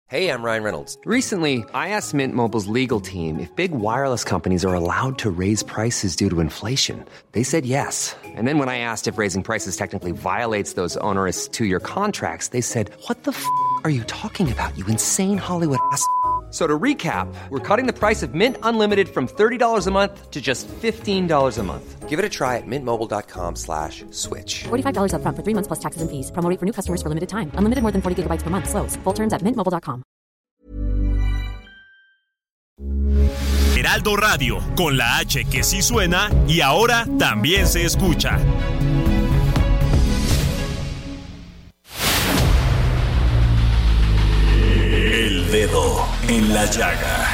Hey, I'm Ryan Reynolds. Recently, I asked Mint Mobile's legal team if big wireless companies are allowed to raise prices due to inflation. They said yes. And then when I asked if raising prices technically violates those onerous two-year contracts, they said, "What the f*** are you talking about, you insane Hollywood ass?" So to recap, we're cutting the price of Mint Unlimited from $30 a month to just $15 a month. Give it a try at mintmobile.com/switch. $45 up front for 3 months plus taxes and fees. Promo rate for new customers for limited time. Unlimited more than 40 gigabytes per month. Slows full terms at mintmobile.com. Heraldo Radio, con la H que sí suena y ahora también se escucha. El dedo en la llaga.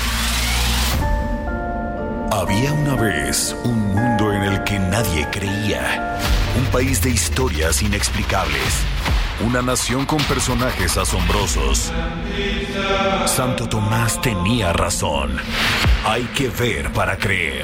Había una vez un mundo en el que nadie creía. Un país de historias inexplicables. Una nación con personajes asombrosos. Santo Tomás tenía razón. Hay que ver para creer.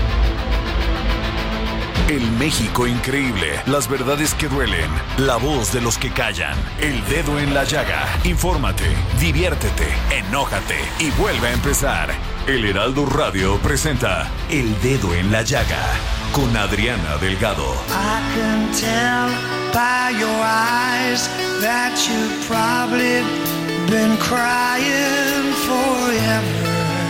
El México increíble, las verdades que duelen, la voz de los que callan, el dedo en la llaga. Infórmate, diviértete, enójate y vuelve a empezar. El Heraldo Radio presenta El Dedo en la Llaga con Adriana Delgado. I can tell by your eyes that you've probably been crying forever.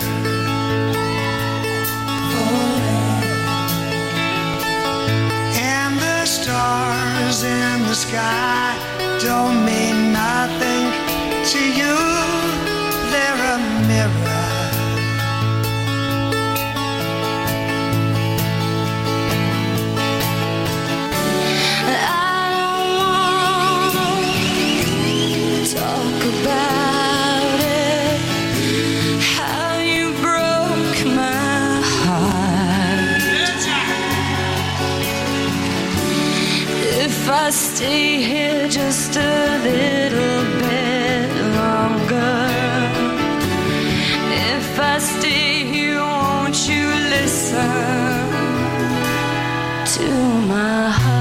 Stars in the sky don't mean nothing to you. They're a mirror. I don't wanna talk about it, how you broke my heart. If I stay here just a little bit longer, if I stay here, won't you listen to my heart?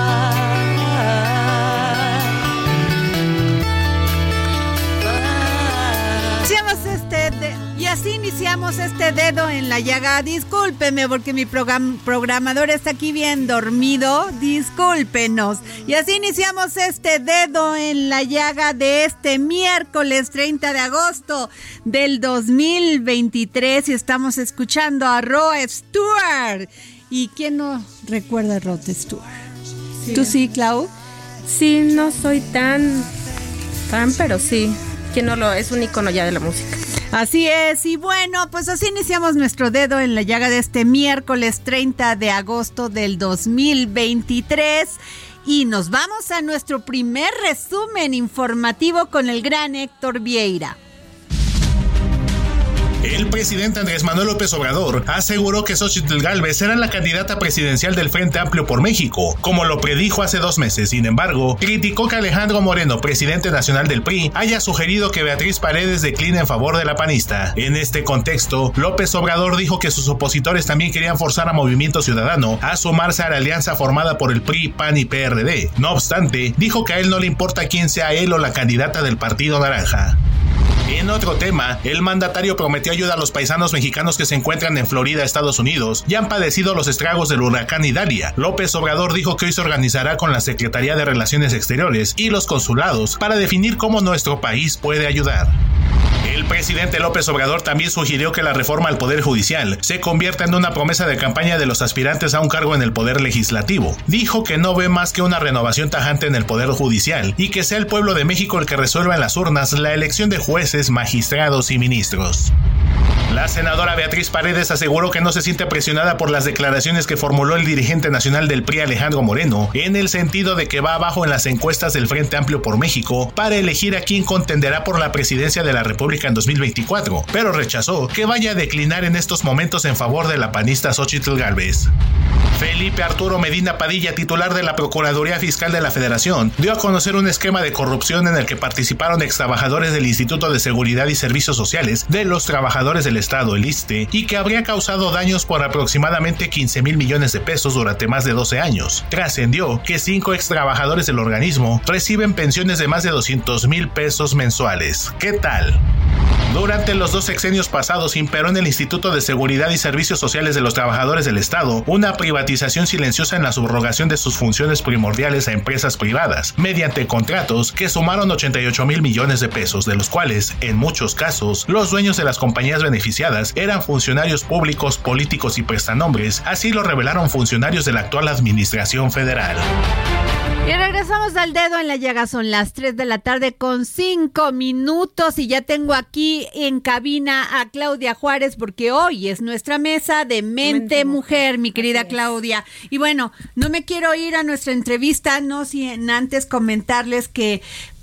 Y así iniciamos este dedo en la llaga. Discúlpeme porque mi programador está aquí bien dormido. Discúlpenos. Y así iniciamos este dedo en la llaga de este miércoles 30 de agosto del 2023. Y estamos escuchando a Rod Stewart. ¿Y quién no recuerda a Rod Stewart? Sí. ¿Tú sí, Clau? Sí, no soy tan, pero sí. ¿Quién no lo es? Un icono ya de la música. Así es, y bueno, pues así iniciamos nuestro dedo en la llaga de este miércoles 30 de agosto del 2023 y nos vamos a nuestro primer resumen informativo con el gran Héctor Vieira. El presidente Andrés Manuel López Obrador aseguró que Xóchitl Gálvez será la candidata presidencial del Frente Amplio por México, como lo predijo hace 2 meses. Sin embargo, criticó que Alejandro Moreno, presidente nacional del PRI, haya sugerido que Beatriz Paredes decline en favor de la panista. En este contexto, López Obrador dijo que sus opositores también querían forzar a Movimiento Ciudadano a sumarse a la alianza formada por el PRI, PAN y PRD. No obstante, dijo que a él no le importa quién sea él o la candidata del Partido Naranja. En otro tema, el mandatario prometió ayuda a los paisanos mexicanos que se encuentran en Florida, Estados Unidos, y han padecido los estragos del huracán Idalia. López Obrador dijo que hoy se organizará con la Secretaría de Relaciones Exteriores y los consulados para definir cómo nuestro país puede ayudar. El presidente López Obrador también sugirió que la reforma al Poder Judicial se convierta en una promesa de campaña de los aspirantes a un cargo en el Poder Legislativo. Dijo que no ve más que una renovación tajante en el Poder Judicial y que sea el pueblo de México el que resuelva en las urnas la elección de jueces, magistrados y ministros. La senadora Beatriz Paredes aseguró que no se siente presionada por las declaraciones que formuló el dirigente nacional del PRI, Alejandro Moreno, en el sentido de que va abajo en las encuestas del Frente Amplio por México para elegir a quién contenderá por la presidencia de la República en 2024, pero rechazó que vaya a declinar en estos momentos en favor de la panista Xóchitl Gálvez. Felipe Arturo Medina Padilla, titular de la Procuraduría Fiscal de la Federación, dio a conocer un esquema de corrupción en el que participaron extrabajadores del Instituto de Seguridad y Servicios Sociales de los Trabajadores del Estado, el ISSSTE, y que habría causado daños por aproximadamente 15,000 millones de pesos durante más de 12 años. Trascendió que 5 extrabajadores del organismo reciben pensiones de más de 200,000 pesos mensuales. ¿Qué tal? Durante los 2 sexenios pasados imperó en el Instituto de Seguridad y Servicios Sociales de los Trabajadores del Estado una privatización silenciosa en la subrogación de sus funciones primordiales a empresas privadas, mediante contratos que sumaron 88,000 millones de pesos, de los cuales, en muchos casos, los dueños de las compañías beneficiadas eran funcionarios públicos, políticos y prestanombres, así lo revelaron funcionarios de la actual administración federal. Y regresamos al dedo en la llaga, son las 3 de la tarde con 5 minutos y ya tengo aquí en cabina a Claudia Juárez porque hoy es nuestra mesa de Mente Mujer, mi querida Claudia. Y bueno, no me quiero ir a nuestra entrevista, no sin antes comentarles que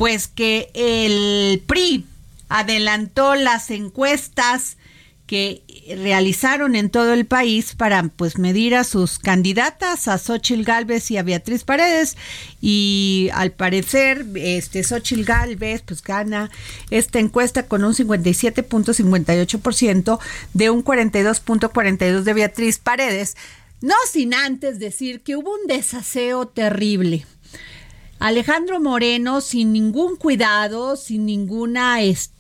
el PRI adelantó las encuestas que realizaron en todo el país para medir a sus candidatas, a Xóchitl Gálvez y a Beatriz Paredes, y al parecer Xóchitl Gálvez gana esta encuesta con un 57.58% de un 42.42% de Beatriz Paredes, no sin antes decir que hubo un desaseo terrible. Alejandro Moreno, sin ningún cuidado, sin ninguna,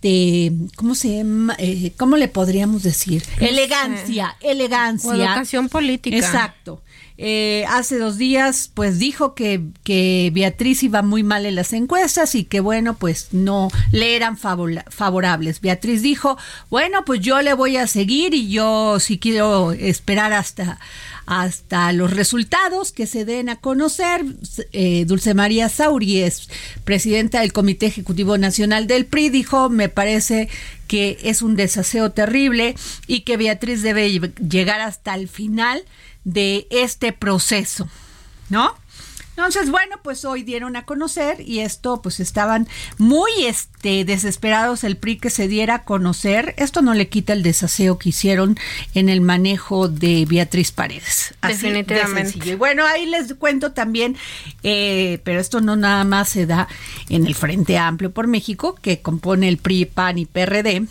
¿cómo le podríamos decir? Elegancia. O educación política. Exacto. Hace 2 días, dijo que Beatriz iba muy mal en las encuestas y que, no le eran favorables. Beatriz dijo, yo le voy a seguir y yo sí quiero esperar hasta los resultados que se den a conocer. Dulce María Sauri es presidenta del Comité Ejecutivo Nacional del PRI, dijo, me parece que es un desaseo terrible y que Beatriz debe llegar hasta el final de este proceso, ¿no? Entonces, hoy dieron a conocer y esto, estaban muy desesperados el PRI que se diera a conocer. Esto no le quita el desaseo que hicieron en el manejo de Beatriz Paredes. Así definitivamente. De y ahí les cuento también, pero esto no nada más se da en el Frente Amplio por México, que compone el PRI, PAN y PRD,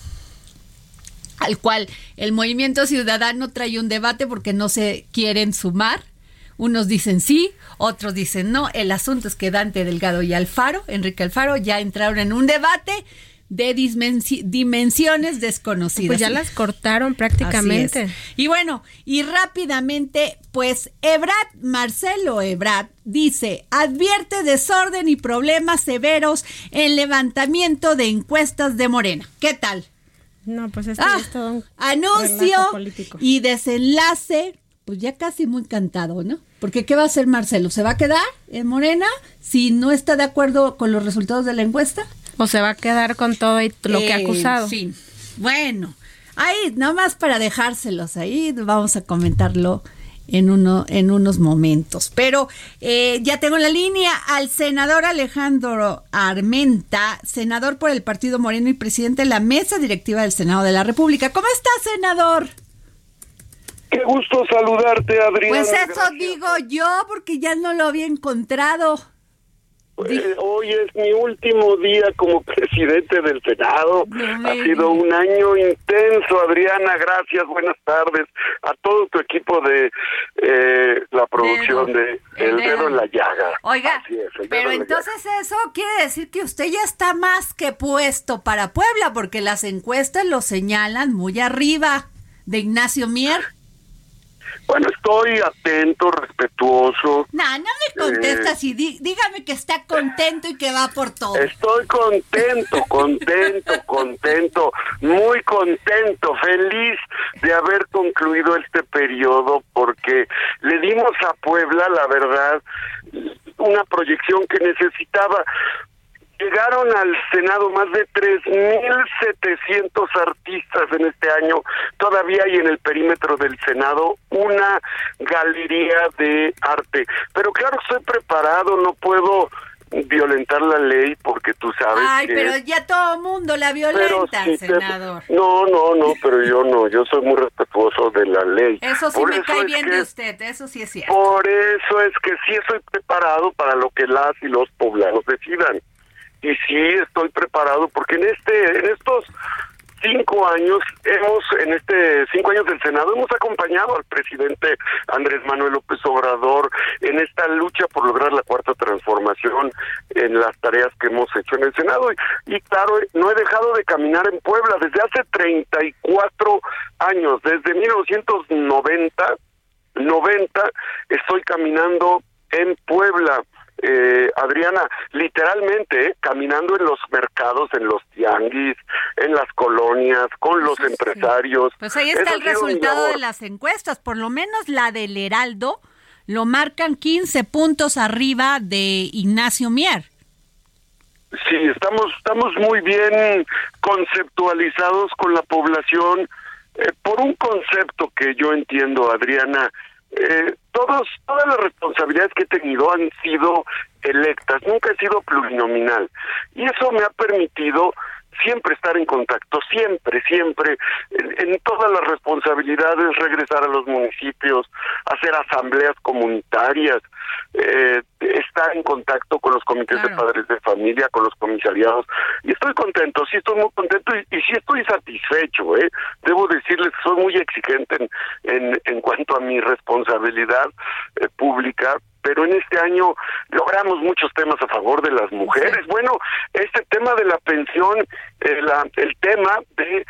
al cual el Movimiento Ciudadano trae un debate porque no se quieren sumar. Unos dicen sí, otros dicen no. El asunto es que Dante Delgado y Enrique Alfaro, ya entraron en un debate de dimensiones desconocidas. Ya las cortaron prácticamente. Y y rápidamente, Marcelo Ebrard dice, advierte desorden y problemas severos en levantamiento de encuestas de Morena. ¿Qué tal? No, es todo un anuncio político y desenlace, ya casi muy cantado, ¿no? Porque ¿qué va a hacer Marcelo? ¿Se va a quedar en Morena si no está de acuerdo con los resultados de la encuesta? ¿O se va a quedar con todo lo que ha acusado? Sí. Ahí, nomás para dejárselos ahí, vamos a comentarlo en unos momentos. Pero ya tengo en la línea al senador Alejandro Armenta, senador por el Partido Moreno y presidente de la mesa directiva del Senado de la República. ¿Cómo está, senador? Qué gusto saludarte, Adriana. Eso gracias. Digo yo, porque ya no lo había encontrado. Hoy es mi último día como presidente del Senado. Ha sido un año intenso, Adriana. Gracias, buenas tardes a todo tu equipo de la producción de El Dedo en la Llaga. Oiga, pero entonces eso quiere decir que usted ya está más que puesto para Puebla, porque las encuestas lo señalan muy arriba de Ignacio Mier. Estoy atento, respetuoso. No me contesta así, dígame que está contento y que va por todo. Estoy contento, muy contento, feliz de haber concluido este periodo porque le dimos a Puebla, la verdad, una proyección que necesitaba. Llegaron al Senado más de 3,700 artistas en este año. Todavía hay en el perímetro del Senado una galería de arte. Pero claro, estoy preparado, no puedo violentar la ley porque tú sabes que... pero ya todo mundo la violenta, sí, senador. No, pero yo no, yo soy muy respetuoso de la ley. Eso sí me cae bien de usted, eso sí es cierto. Por eso es que sí estoy preparado para lo que las y los poblanos decidan. Y sí estoy preparado porque en estos 5 años en 5 años del Senado, hemos acompañado al presidente Andrés Manuel López Obrador en esta lucha por lograr la cuarta transformación en las tareas que hemos hecho en el Senado. Y claro, no he dejado de caminar en Puebla desde hace 34 años, desde 1990 estoy caminando en Puebla. Adriana, literalmente caminando en los mercados, en los tianguis, en las colonias, con los empresarios. Pues ahí está el resultado de las encuestas, por lo menos la del Heraldo lo marcan 15 puntos arriba de Ignacio Mier. Sí, estamos muy bien conceptualizados con la población por un concepto que yo entiendo, Adriana. Todas las responsabilidades que he tenido han sido electas, nunca he sido plurinominal, y eso me ha permitido siempre estar en contacto, siempre, en todas las responsabilidades, regresar a los municipios, hacer asambleas comunitarias, estar en contacto con los comités de padres de familia, con los comisariados, y estoy contento, sí estoy muy contento y sí estoy satisfecho, debo decirles que soy muy exigente en cuanto a mi responsabilidad pública, pero en este año logramos muchos temas a favor de las mujeres. Sí. Bueno, este tema de la pensión, el tema de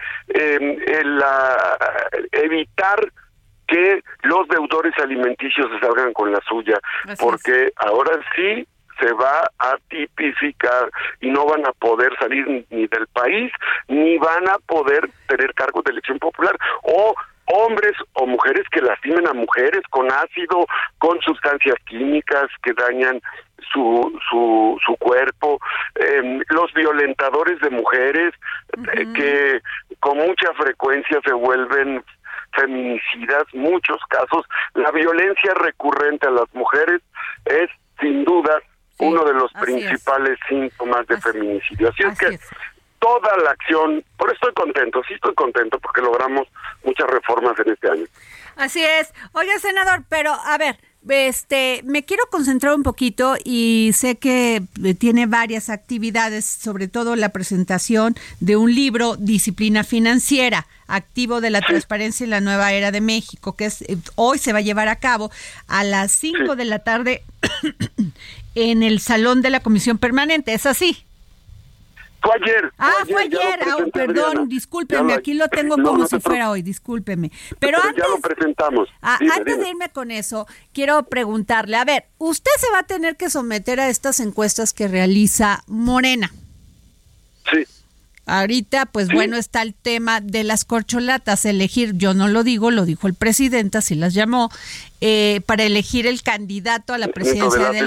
evitar que los deudores alimenticios se salgan con la suya, porque ahora sí se va a tipificar y no van a poder salir ni del país, ni van a poder tener cargos de elección popular, o hombres o mujeres que lastimen a mujeres con ácido, con sustancias químicas que dañan su cuerpo, los violentadores de mujeres que con mucha frecuencia se vuelven feminicidas, muchos casos. La violencia recurrente a las mujeres es sin duda uno de los principales síntomas de feminicidio. Así es que toda la acción, por eso estoy contento porque logramos muchas reformas en este año. Así es. Oiga, senador, pero a ver, me quiero concentrar un poquito y sé que tiene varias actividades, sobre todo la presentación de un libro, Disciplina Financiera, activo de la transparencia en la nueva era de México, que hoy se va a llevar a cabo a las 5 de la tarde en el Salón de la Comisión Permanente, ¿es así? Fue ayer. Fue ayer. Perdón, discúlpeme, aquí lo tengo como si fuera hoy, discúlpeme. Pero antes, ya lo presentamos. Antes de irme con eso, quiero preguntarle, a ver, usted se va a tener que someter a estas encuestas que realiza Morena. Sí. Ahorita, pues bueno, está el tema de las corcholatas, elegir, yo no lo digo, lo dijo el presidente, así las llamó, para elegir el candidato a la presidencia de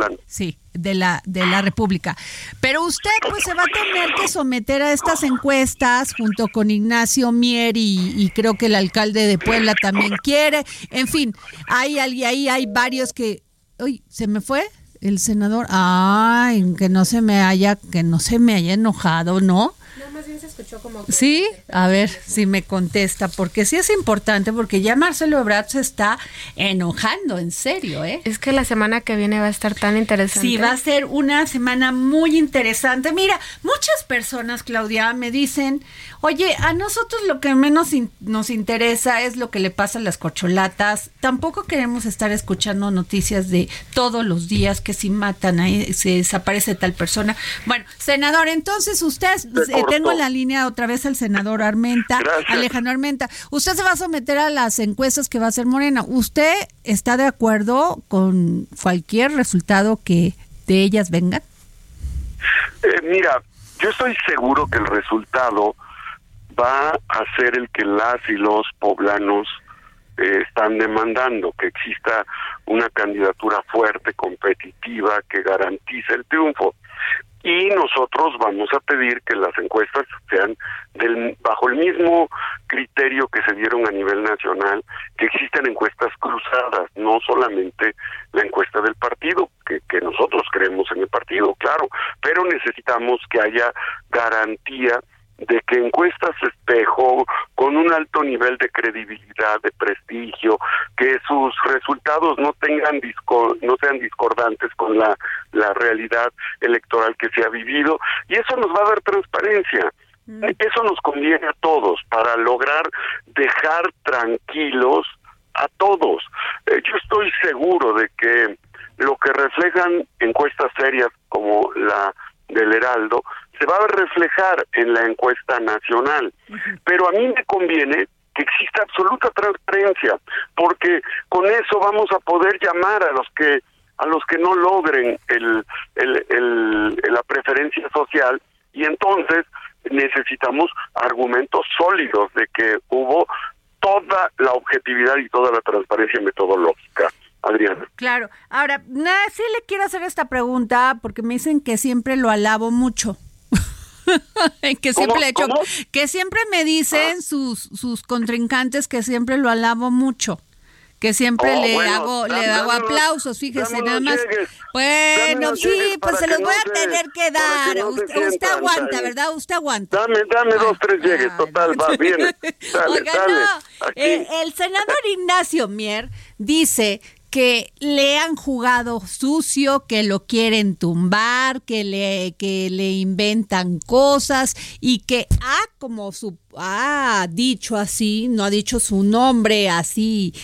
la República. Pero usted pues se va a tener que someter a estas encuestas junto con Ignacio Mier y creo que el alcalde de Puebla también quiere. En fin, ahí hay varios que... Uy, ¿se me fue el senador? Ay, que no se me haya enojado, ¿no? No, más bien se escuchó como que... Sí, a ver si me contesta, porque sí es importante, porque ya Marcelo Ebrard se está enojando, en serio, Es que la semana que viene va a estar tan interesante. Sí, va a ser una semana muy interesante. Mira, muchas personas, Claudia, me dicen, oye, a nosotros lo que menos nos interesa es lo que le pasa a las corcholatas. Tampoco queremos estar escuchando noticias de todos los días que si matan, se desaparece tal persona. Bueno, senador, entonces usted... tengo en la línea otra vez al senador Armenta, Alejandro Armenta. Usted se va a someter a las encuestas que va a hacer Morena. ¿Usted está de acuerdo con cualquier resultado que de ellas vengan? Mira, yo estoy seguro que el resultado va a ser el que las y los poblanos están demandando, que exista una candidatura fuerte, competitiva, que garantice el triunfo. Y nosotros vamos a pedir que las encuestas sean bajo el mismo criterio que se dieron a nivel nacional, que existen encuestas cruzadas, no solamente la encuesta del partido, que nosotros creemos en el partido, claro, pero necesitamos que haya garantía de que encuestas espejo con un alto nivel de credibilidad, de prestigio, que sus resultados no sean discordantes con la realidad electoral que se ha vivido, y eso nos va a dar transparencia. Eso nos conviene a todos para lograr dejar tranquilos a todos. Yo estoy seguro de que lo que reflejan encuestas serias como la del Heraldo se va a reflejar en la encuesta nacional. Pero a mí me conviene que exista absoluta transparencia, porque con eso vamos a poder llamar a los que no logren la preferencia social, y entonces necesitamos argumentos sólidos de que hubo toda la objetividad y toda la transparencia metodológica. Adriana. Claro. Ahora, sí le quiero hacer esta pregunta porque me dicen que siempre lo alabo mucho. Que siempre le he hecho, que siempre me dicen sus contrincantes que siempre lo alabo mucho. Que siempre le hago aplausos, fíjese, nada más. Bueno, sí, pues se los voy a tener que dar. Usted aguanta, ¿verdad? Usted aguanta. Dame 2, 3 llegues, total, va, viene. Dale. El senador Ignacio Mier dice que le han jugado sucio, que lo quieren tumbar, que le inventan cosas y que ha dicho así, no ha dicho su nombre así,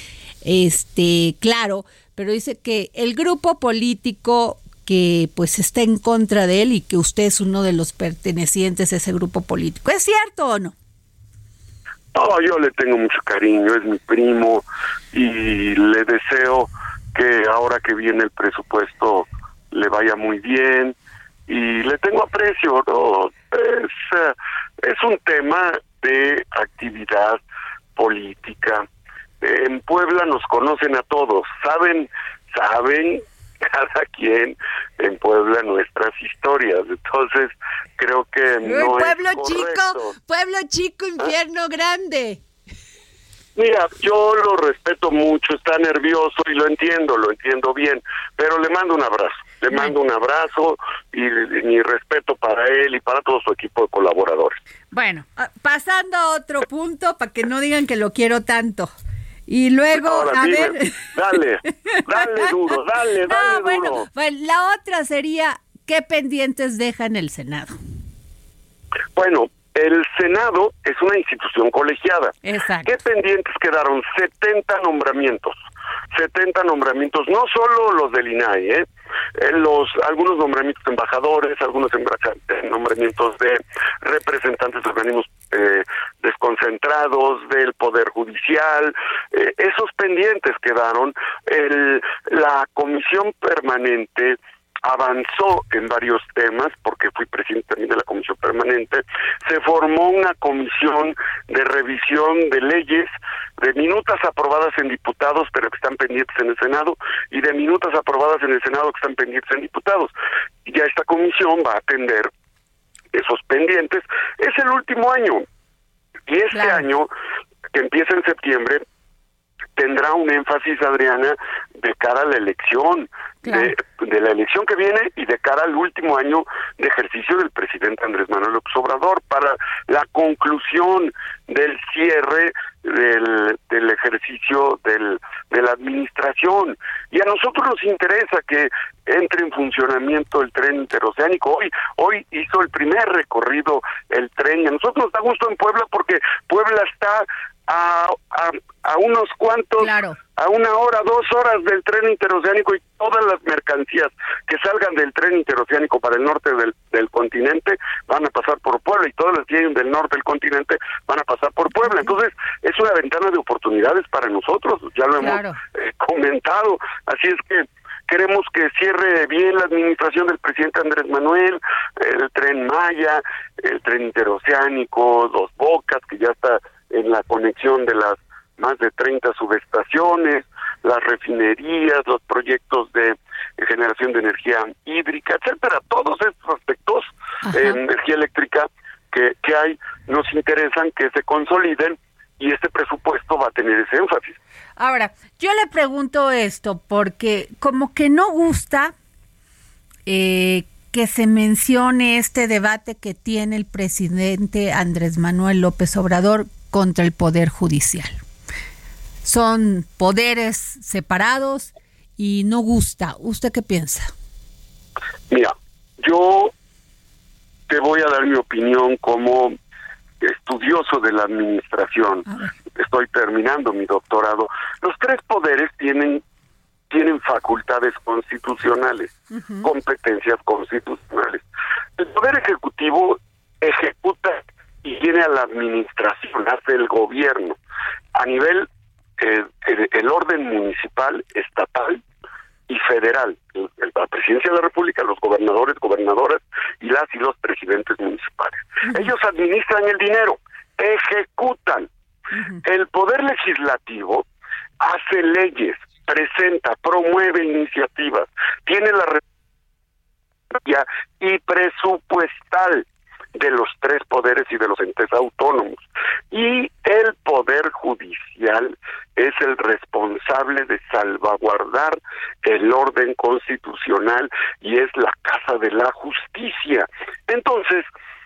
claro, pero dice que el grupo político que pues está en contra de él y que usted es uno de los pertenecientes a ese grupo político. ¿Es cierto o no? No, yo le tengo mucho cariño, es mi primo y le deseo que ahora que viene el presupuesto le vaya muy bien y le tengo aprecio, ¿no? Es un tema de actividad política. En Puebla nos conocen a todos, saben cada quien en Puebla nuestras historias, entonces creo que no pueblo es correcto. Pueblo chico, infierno grande. Mira, yo lo respeto mucho, está nervioso y lo entiendo bien, pero le mando un abrazo y mi respeto para él y para todo su equipo de colaboradores. Bueno, pasando a otro punto para que no digan que lo quiero tanto. Y luego, ahora, dime, dale duro. Bueno, la otra sería, ¿qué pendientes deja en el Senado? Bueno, el Senado es una institución colegiada. Exacto. ¿Qué pendientes quedaron? 70 nombramientos, no solo los del INAI, algunos nombramientos de embajadores, algunos nombramientos de representantes de organismos desconcentrados, del Poder Judicial, esos pendientes quedaron. La Comisión Permanente avanzó en varios temas, porque fui presidente también de la Comisión Permanente. Se formó una comisión de revisión de leyes, de minutas aprobadas en diputados, pero que están pendientes en el Senado, y de minutas aprobadas en el Senado que están pendientes en diputados. Y ya esta comisión va a atender esos pendientes. Es el último año, y este año, que empieza en septiembre, tendrá un énfasis, Adriana, de cara a la elección, de la elección que viene y de cara al último año de ejercicio del presidente Andrés Manuel López Obrador, para la conclusión del cierre del ejercicio de la administración. Y a nosotros nos interesa que entre en funcionamiento el tren interoceánico. Hoy hizo el primer recorrido el tren, y a nosotros nos da gusto en Puebla porque Puebla está a unos cuantos, a 1 hora, 2 horas del tren interoceánico, y todas las mercancías que salgan del tren interoceánico para el norte del continente van a pasar por Puebla, y todas las que lleguen del norte del continente van a pasar por Puebla. Entonces es una ventana de oportunidades para nosotros, ya lo hemos comentado, así es que queremos que cierre bien la administración del presidente Andrés Manuel, el Tren Maya, el tren interoceánico, Dos Bocas, que ya está en la conexión de las más de 30 subestaciones, las refinerías, los proyectos de generación de energía hídrica, etcétera. Todos estos aspectos de energía eléctrica que hay nos interesan que se consoliden, y este presupuesto va a tener ese énfasis. Ahora, yo le pregunto esto porque como que no gusta que se mencione este debate que tiene el presidente Andrés Manuel López Obrador contra el Poder Judicial. Son poderes separados y no gusta. ¿Usted qué piensa? Mira, yo te voy a dar mi opinión como estudioso de la administración. Estoy terminando mi doctorado. Los tres poderes tienen facultades constitucionales, competencias constitucionales. El Poder Ejecutivo ejecuta y tiene a la administración, hace el gobierno. A nivel, el orden municipal, estatal y federal. La Presidencia de la República, los gobernadores, gobernadoras y las y los presidentes municipales. Ellos administran el dinero, ejecutan. El Poder Legislativo hace leyes, presenta, promueve iniciativas, tiene la responsabilidad y presupuestal de los tres poderes y de los entes autónomos. Y el Poder Judicial es el responsable de salvaguardar el orden constitucional y es la casa de la justicia. Entonces,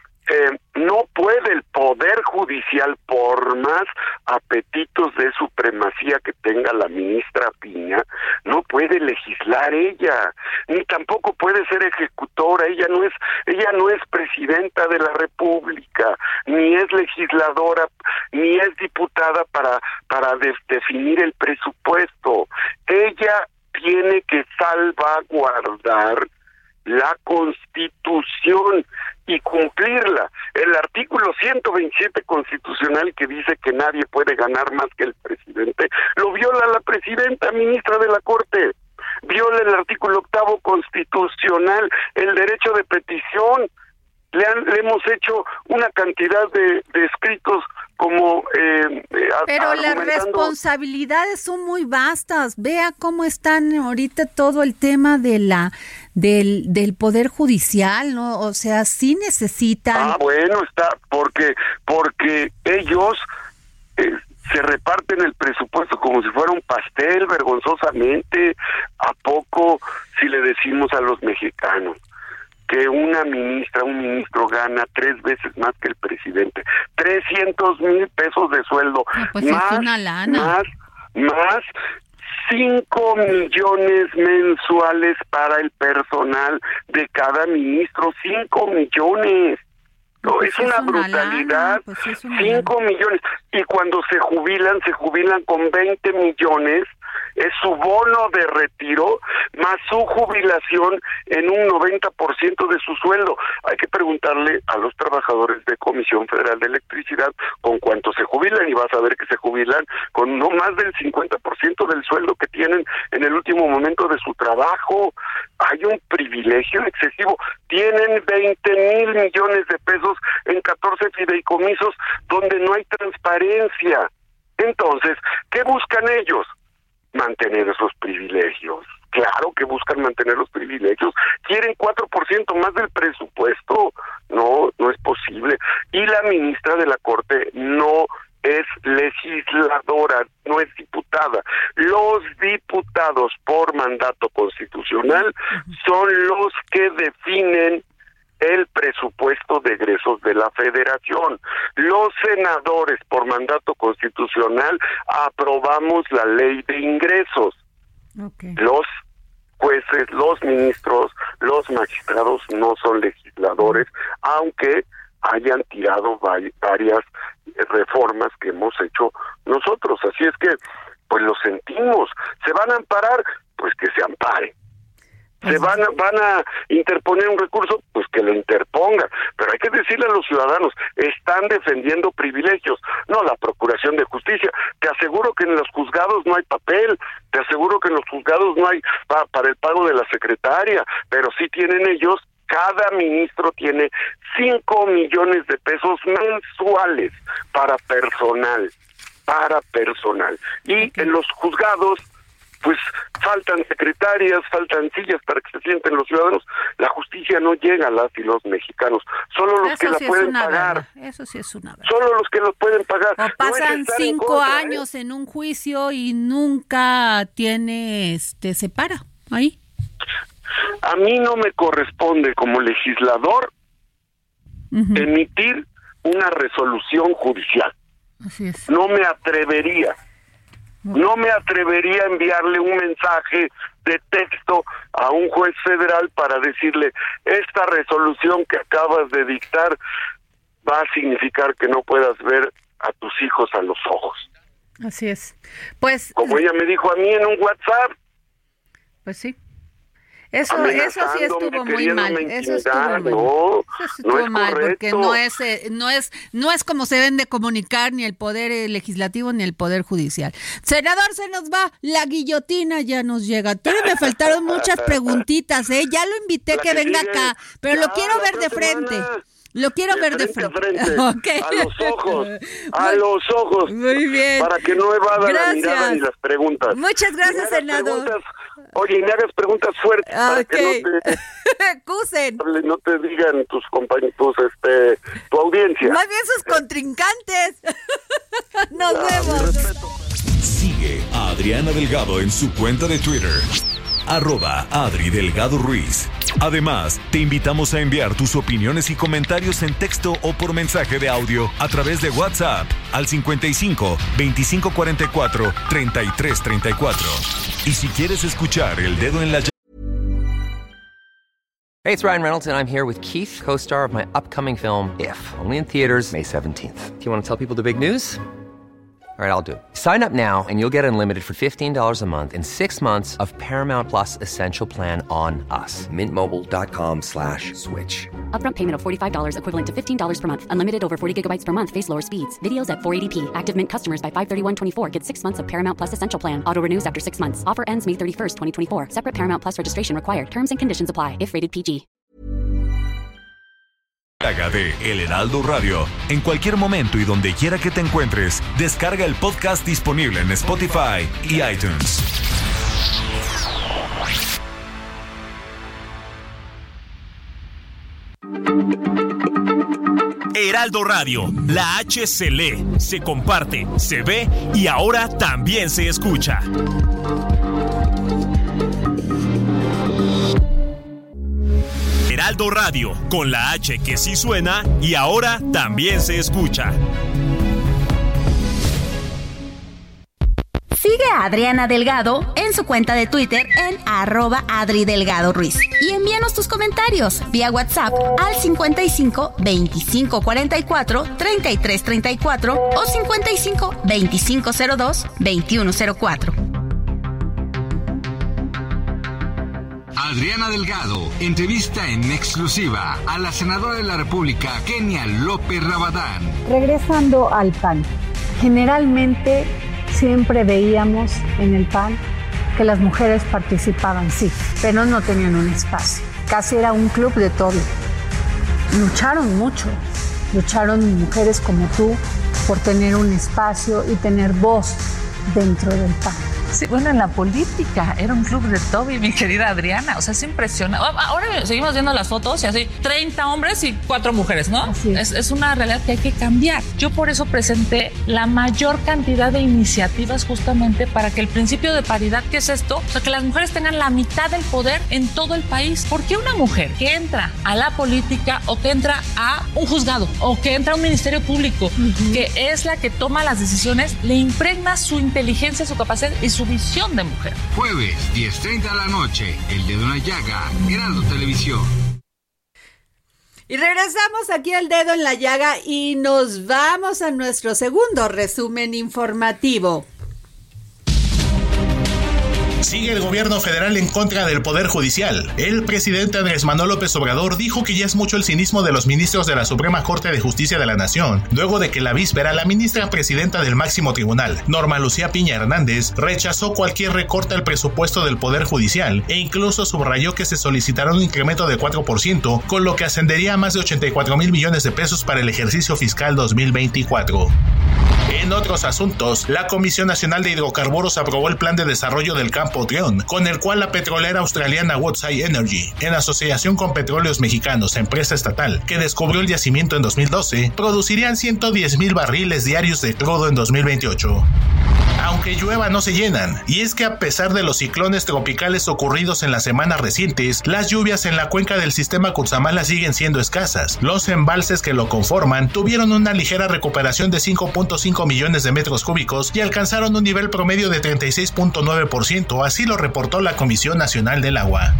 no puede el Poder Judicial, por más apetitos de supremacía que tenga la ministra Piña, no puede legislar ella, ni tampoco puede ser ejecutora. Ella no es presidenta de la República, ni es legisladora, ni es diputada para definir el presupuesto. Ella tiene que salvaguardar la Constitución y cumplirla. El artículo 127 constitucional, que dice que nadie puede ganar más que el presidente, lo viola la presidenta, ministra de la Corte. Viola el artículo 8 constitucional, el derecho de petición. Le hemos hecho una cantidad de escritos como pero las responsabilidades son muy vastas. Vea cómo están ahorita todo el tema de del Poder Judicial, ¿no? O sea, sí necesitan. Bueno, está porque ellos se reparten el presupuesto como si fuera un pastel, vergonzosamente. ¿A poco si le decimos a los mexicanos que una ministra, un ministro gana 3 veces más que el presidente? 300,000 pesos de sueldo. Pues más, es una lana. Más 5 millones mensuales para el personal de cada ministro. 5 millones. No, pues es una brutalidad. Pues 5 millones. Y cuando se jubilan con 20 millones. Es su bono de retiro más su jubilación en un 90% de su sueldo. Hay que preguntarle a los trabajadores de Comisión Federal de Electricidad con cuánto se jubilan, y vas a ver que se jubilan con no más del 50% del sueldo que tienen en el último momento de su trabajo. Hay un privilegio excesivo. Tienen 20,000 millones de pesos en 14 fideicomisos donde no hay transparencia. Entonces, ¿qué buscan ellos? Mantener esos privilegios. Claro que buscan mantener los privilegios. Quieren 4% más del presupuesto. No es posible. Y la ministra de la Corte no es legisladora, no es diputada. Los diputados por mandato constitucional son los que definen el presupuesto de egresos de la Federación. Los senadores, por mandato constitucional, aprobamos la ley de ingresos. Okay. Los jueces, los ministros, los magistrados no son legisladores, aunque hayan tirado varias reformas que hemos hecho nosotros. Así es que, pues lo sentimos. ¿Se van a amparar? Pues que se amparen. ¿Se van a interponer un recurso? Pues que lo interpongan. Pero hay que decirle a los ciudadanos, están defendiendo privilegios, no la Procuración de Justicia. Te aseguro que en los juzgados no hay papel, te aseguro que en los juzgados no hay para el pago de la secretaria, pero sí tienen ellos, cada ministro tiene 5 millones de pesos mensuales para personal. Y en los juzgados, pues faltan secretarias, faltan sillas para que se sienten los ciudadanos. La justicia no llega a las y los mexicanos. Solo los que la pueden pagar. Eso sí es una verdad. Solo los que lo pueden pagar. O pasan 5 años en un juicio y nunca se para ahí. A mí no me corresponde como legislador emitir una resolución judicial. Así es. No me atrevería a enviarle un mensaje de texto a un juez federal para decirle, esta resolución que acabas de dictar va a significar que no puedas ver a tus hijos a los ojos. Así es. Pues como ella me dijo a mí en un WhatsApp. Pues sí. Eso sí estuvo muy mal. Eso estuvo mal porque no es como se deben de comunicar ni el poder legislativo ni el poder judicial. Senador, se nos va la guillotina, ya nos llega. Todavía me faltaron muchas preguntitas, ya lo invité que venga acá, pero lo quiero ver de frente. Lo quiero ver de frente. Okay. A los ojos. Muy bien. Para que no evada la mirada ni las preguntas. Muchas gracias, senador. Oye, y me hagas preguntas fuertes para que no te acusen. No te digan tus compañeros, tu audiencia. Más bien sus contrincantes. Nos vemos. Sigue a Adriana Delgado en su cuenta de Twitter, @AdriDelgadoRuiz. Además, te invitamos a enviar tus opiniones y comentarios en texto o por mensaje de audio a través de WhatsApp al 55 2544 3334. Y si quieres escuchar El Dedo en la Llaga. Hey, it's Ryan Reynolds, and I'm here with Keith, co-star of my upcoming film, If, only in theaters May 17th. Do you want to tell people the big news? All right, I'll do it. Sign up now and you'll get unlimited for $15 a month and 6 months of Paramount Plus Essential Plan on us. MintMobile.com/switch. Upfront payment of $45 equivalent to $15 per month. Unlimited over 40 gigabytes per month. Face lower speeds. Videos at 480p. Active Mint customers by 531.24 get 6 months of Paramount Plus Essential Plan. Auto renews after 6 months. Offer ends May 31st, 2024. Separate Paramount Plus registration required. Terms and conditions apply if rated PG. De El Heraldo Radio. En cualquier momento y donde quiera que te encuentres, descarga el podcast disponible en Spotify y iTunes. Heraldo Radio, la H se lee, se comparte, se ve y ahora también se escucha. Heraldo Radio, con la H que sí suena y ahora también se escucha. Sigue a Adriana Delgado en su cuenta de Twitter en @AdriDelgadoRuiz y envíanos tus comentarios vía WhatsApp al 55 25 44 33 34 o 55 25 02 21 04. Adriana Delgado entrevista en exclusiva a la senadora de la República, Kenia López Rabadán. Regresando al PAN, generalmente siempre veíamos en el PAN que las mujeres participaban, sí, pero no tenían un espacio. Casi era un club de todo. Lucharon mucho, lucharon mujeres como tú por tener un espacio y tener voz dentro del PAN. Sí, bueno, en la política era un club de Toby, mi querida Adriana. O sea, es impresionante. Ahora seguimos viendo las fotos y así, 30 hombres y 4 mujeres, ¿no? Es una realidad que hay que cambiar. Yo por eso presenté la mayor cantidad de iniciativas justamente para que el principio de paridad, ¿qué es esto? O sea, que las mujeres tengan la mitad del poder en todo el país. ¿Por qué una mujer que entra a la política o que entra a un juzgado o que entra a un ministerio público, que es la que toma las decisiones, le impregna su inteligencia, su capacidad y su visión de mujer? Jueves, 10:30 de la noche, El Dedo en la Llaga, Heraldo Televisión. Y regresamos aquí al Dedo en la Llaga y nos vamos a nuestro segundo resumen informativo. Sigue el gobierno federal en contra del Poder Judicial. El presidente Andrés Manuel López Obrador dijo que ya es mucho el cinismo de los ministros de la Suprema Corte de Justicia de la Nación, luego de que la víspera la ministra presidenta del máximo tribunal, Norma Lucía Piña Hernández, rechazó cualquier recorte al presupuesto del Poder Judicial e incluso subrayó que se solicitará un incremento de 4%, con lo que ascendería a más de 84,000 millones de pesos para el ejercicio fiscal 2024. En otros asuntos, la Comisión Nacional de Hidrocarburos aprobó el Plan de Desarrollo del Campo Trión, con el cual la petrolera australiana Woodside Energy, en asociación con Petróleos Mexicanos, empresa estatal, que descubrió el yacimiento en 2012, producirían 110,000 barriles diarios de crudo en 2028. Aunque llueva no se llenan, y es que a pesar de los ciclones tropicales ocurridos en las semanas recientes, las lluvias en la cuenca del sistema Cutzamala siguen siendo escasas. Los embalses que lo conforman tuvieron una ligera recuperación de 5.5 millones de metros cúbicos y alcanzaron un nivel promedio de 36.9%, así lo reportó la Comisión Nacional del Agua.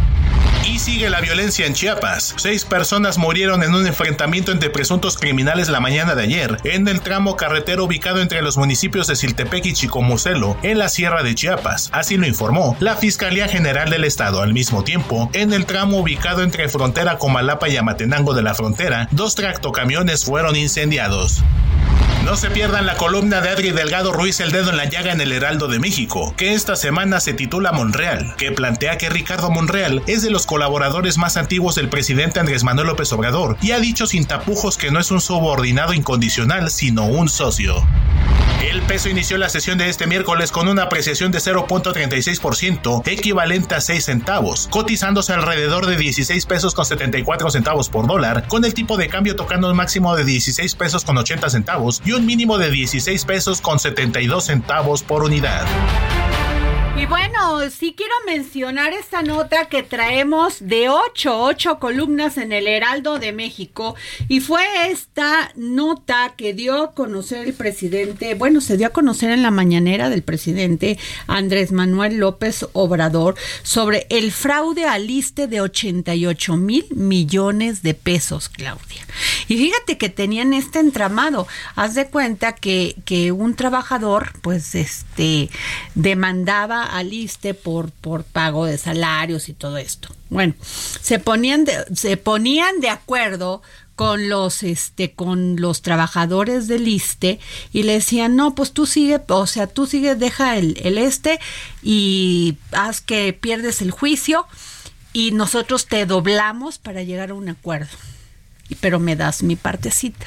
Y sigue la violencia en Chiapas. 6 personas murieron en un enfrentamiento entre presuntos criminales la mañana de ayer en el tramo carretero ubicado entre los municipios de Siltepec y Chicomucelo, en la Sierra de Chiapas. Así lo informó la Fiscalía General del Estado. Al mismo tiempo, en el tramo ubicado entre frontera Comalapa y Amatenango de la Frontera, 2 tractocamiones fueron incendiados. No se pierdan la columna de Adri Delgado Ruiz, El Dedo en la Llaga, en el Heraldo de México, que esta semana se titula Monreal, que plantea que Ricardo Monreal es de los colaboradores más antiguos del presidente Andrés Manuel López Obrador y ha dicho sin tapujos que no es un subordinado incondicional, sino un socio. El peso inició la sesión de este miércoles con una apreciación de 0.36%, equivalente a 6 centavos, cotizándose alrededor de 16 pesos con 74 centavos por dólar, con el tipo de cambio tocando un máximo de 16 pesos con 80 centavos y un mínimo de 16 pesos con 72 centavos por unidad. Y bueno, sí quiero mencionar esta nota que traemos de 8 columnas en el Heraldo de México, y fue esta nota que dio a conocer el presidente, bueno, se dio a conocer en la mañanera del presidente Andrés Manuel López Obrador sobre el fraude al ISSSTE de 88,000 millones de pesos, Claudia. Y fíjate que tenían este entramado. Haz de cuenta que un trabajador, pues, demandaba al ISSSTE por pago de salarios y todo esto. Bueno, se ponían de acuerdo con los trabajadores del ISSSTE y le decían, no, pues tú sigue, deja el y haz que pierdes el juicio y nosotros te doblamos para llegar a un acuerdo, pero me das mi partecita.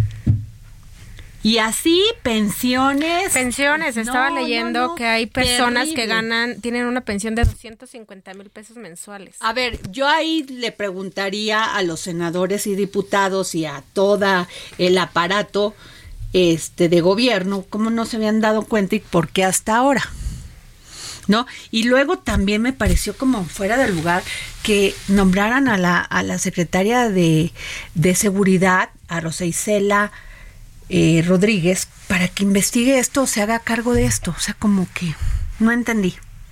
Y así pensiones. Estaba leyendo que hay personas que tienen una pensión de 250,000 pesos mensuales. A ver, yo ahí le preguntaría a los senadores y diputados y a todo el aparato de gobierno cómo no se habían dado cuenta y por qué hasta ahora, ¿no? Y luego también me pareció como fuera de lugar que nombraran a la secretaria de Seguridad, a Rosa Isela Rodríguez, para que investigue esto o se haga cargo de esto. O sea, como que no entendí.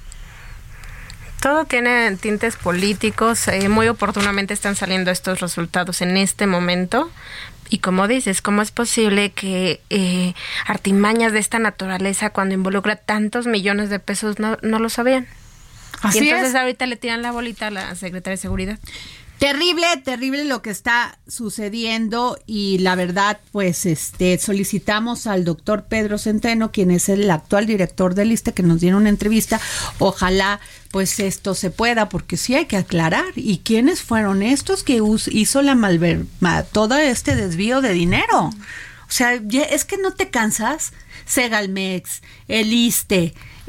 Todo tiene tintes políticos. Muy oportunamente están saliendo estos resultados en este momento. Y como dices, ¿cómo es posible que artimañas de esta naturaleza, cuando involucra tantos millones de pesos, no lo sabían? Así y entonces es. Ahorita le tiran la bolita a la secretaria de Seguridad. Terrible lo que está sucediendo, y la verdad, pues, solicitamos al doctor Pedro Centeno, quien es el actual director del ISSSTE, que nos diera una entrevista. Ojalá, pues, esto se pueda, porque sí hay que aclarar. ¿Y quiénes fueron estos que hizo todo este desvío de dinero? O sea, es que no te cansas. Segalmex, el ISSSTE,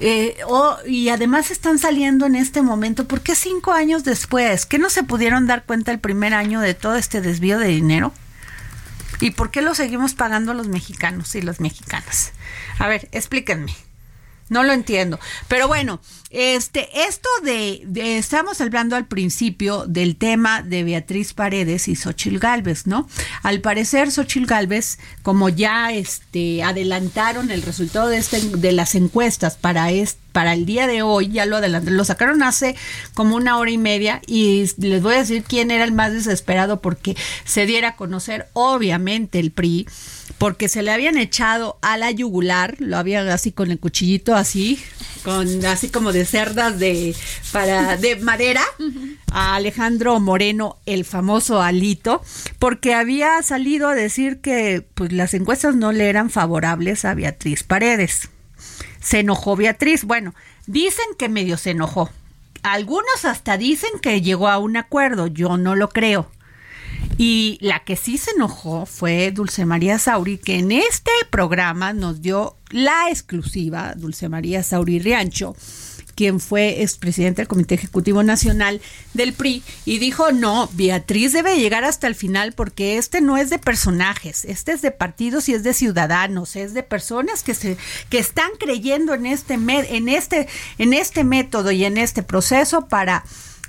y además están saliendo en este momento. ¿Por qué 5 años después? ¿Qué no se pudieron dar cuenta el primer año de todo este desvío de dinero? ¿Y por qué lo seguimos pagando los mexicanos y las mexicanas? A ver, explíquenme. No lo entiendo. Pero bueno, esto estamos hablando al principio del tema de Beatriz Paredes y Xóchitl Gálvez, ¿no? Al parecer, Xóchitl Gálvez, como ya adelantaron el resultado de las encuestas para el día de hoy, ya lo adelantaron, lo sacaron hace como 1 hora y media, y les voy a decir quién era el más desesperado porque se diera a conocer, obviamente, el PRI, porque se le habían echado a la yugular, lo habían así con el cuchillito así como de cerdas de madera, a Alejandro Moreno, el famoso Alito, porque había salido a decir que pues las encuestas no le eran favorables a Beatriz Paredes. Se enojó Beatriz. Bueno, dicen que medio se enojó. Algunos hasta dicen que llegó a un acuerdo. Yo no lo creo. Y la que sí se enojó fue Dulce María Sauri, que en este programa nos dio la exclusiva. Dulce María Sauri Riancho, quien fue expresidente del Comité Ejecutivo Nacional del PRI, y dijo, no, Beatriz debe llegar hasta el final, porque no es de personajes, es de partidos y es de ciudadanos, es de personas que están creyendo en este método y en este proceso para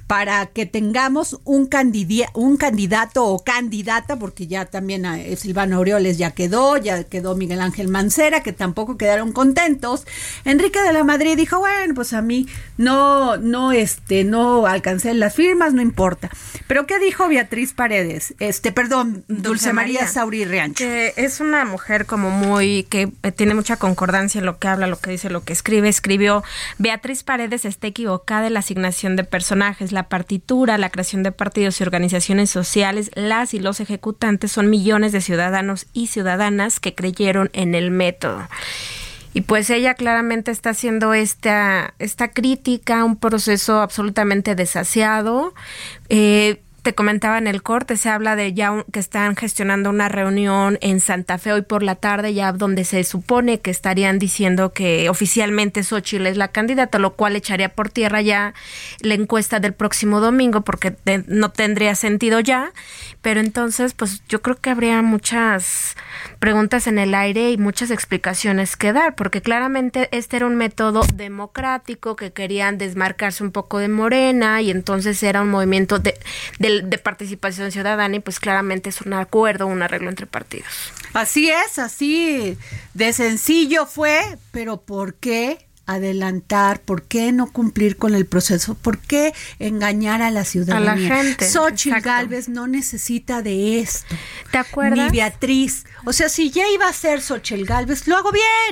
para que tengamos un candidato o candidata, porque ya también Silvano Aureoles ya quedó Miguel Ángel Mancera, que tampoco quedaron contentos. Enrique de la Madrid dijo, bueno, pues a mí no alcancé las firmas, no importa. Pero ¿qué dijo Beatriz Paredes? Dulce María Sauri Riancho. Que es una mujer como que tiene mucha concordancia en lo que habla, lo que dice, lo que escribe. Escribió: Beatriz Paredes está equivocada en la asignación de personajes, la partitura, la creación de partidos y organizaciones sociales. Las y los ejecutantes son millones de ciudadanos y ciudadanas que creyeron en el método. Y pues ella claramente está haciendo esta crítica, un proceso absolutamente desasiado. Te comentaba en el corte, se habla de ya que están gestionando una reunión en Santa Fe hoy por la tarde, ya donde se supone que estarían diciendo que oficialmente Xóchitl es la candidata, lo cual echaría por tierra ya la encuesta del próximo domingo, porque no tendría sentido ya. Pero entonces, pues yo creo que habría muchas preguntas en el aire y muchas explicaciones que dar, porque claramente este era un método democrático que querían desmarcarse un poco de Morena, y entonces era un movimiento de participación ciudadana, y pues claramente es un acuerdo, un arreglo entre partidos. Así es, así de sencillo fue, pero ¿por qué adelantar? ¿Por qué no cumplir con el proceso? ¿Por qué engañar a la ciudadanía? A la gente. Xóchitl Gálvez no necesita de esto. ¿Te acuerdas? Ni Beatriz. O sea, si ya iba a ser Xóchitl Gálvez, lo hago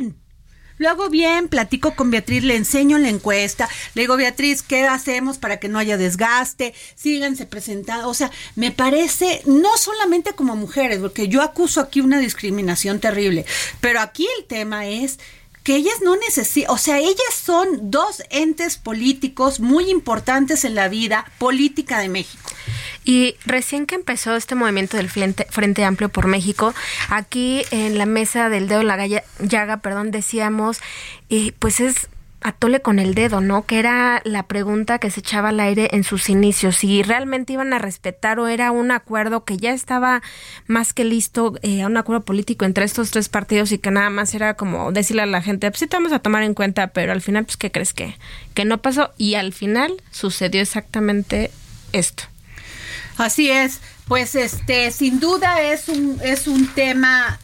bien, platico con Beatriz, le enseño la encuesta, le digo, Beatriz, ¿qué hacemos para que no haya desgaste? Síganse presentando. O sea, me parece, no solamente como mujeres, porque yo acuso aquí una discriminación terrible, pero aquí el tema es que ellas no necesitan, o sea, ellas son dos entes políticos muy importantes en la vida política de México. Y recién que empezó este movimiento del Frente Amplio por México, aquí en la mesa del dedo en la llaga, decíamos, pues es atole con el dedo, ¿no? Que era la pregunta que se echaba al aire en sus inicios, si realmente iban a respetar o era un acuerdo que ya estaba más que listo, un acuerdo político entre estos tres partidos, y que nada más era como decirle a la gente, pues sí te vamos a tomar en cuenta, pero al final, pues ¿qué crees que no pasó? Y al final sucedió exactamente esto. Así es, pues sin duda es un tema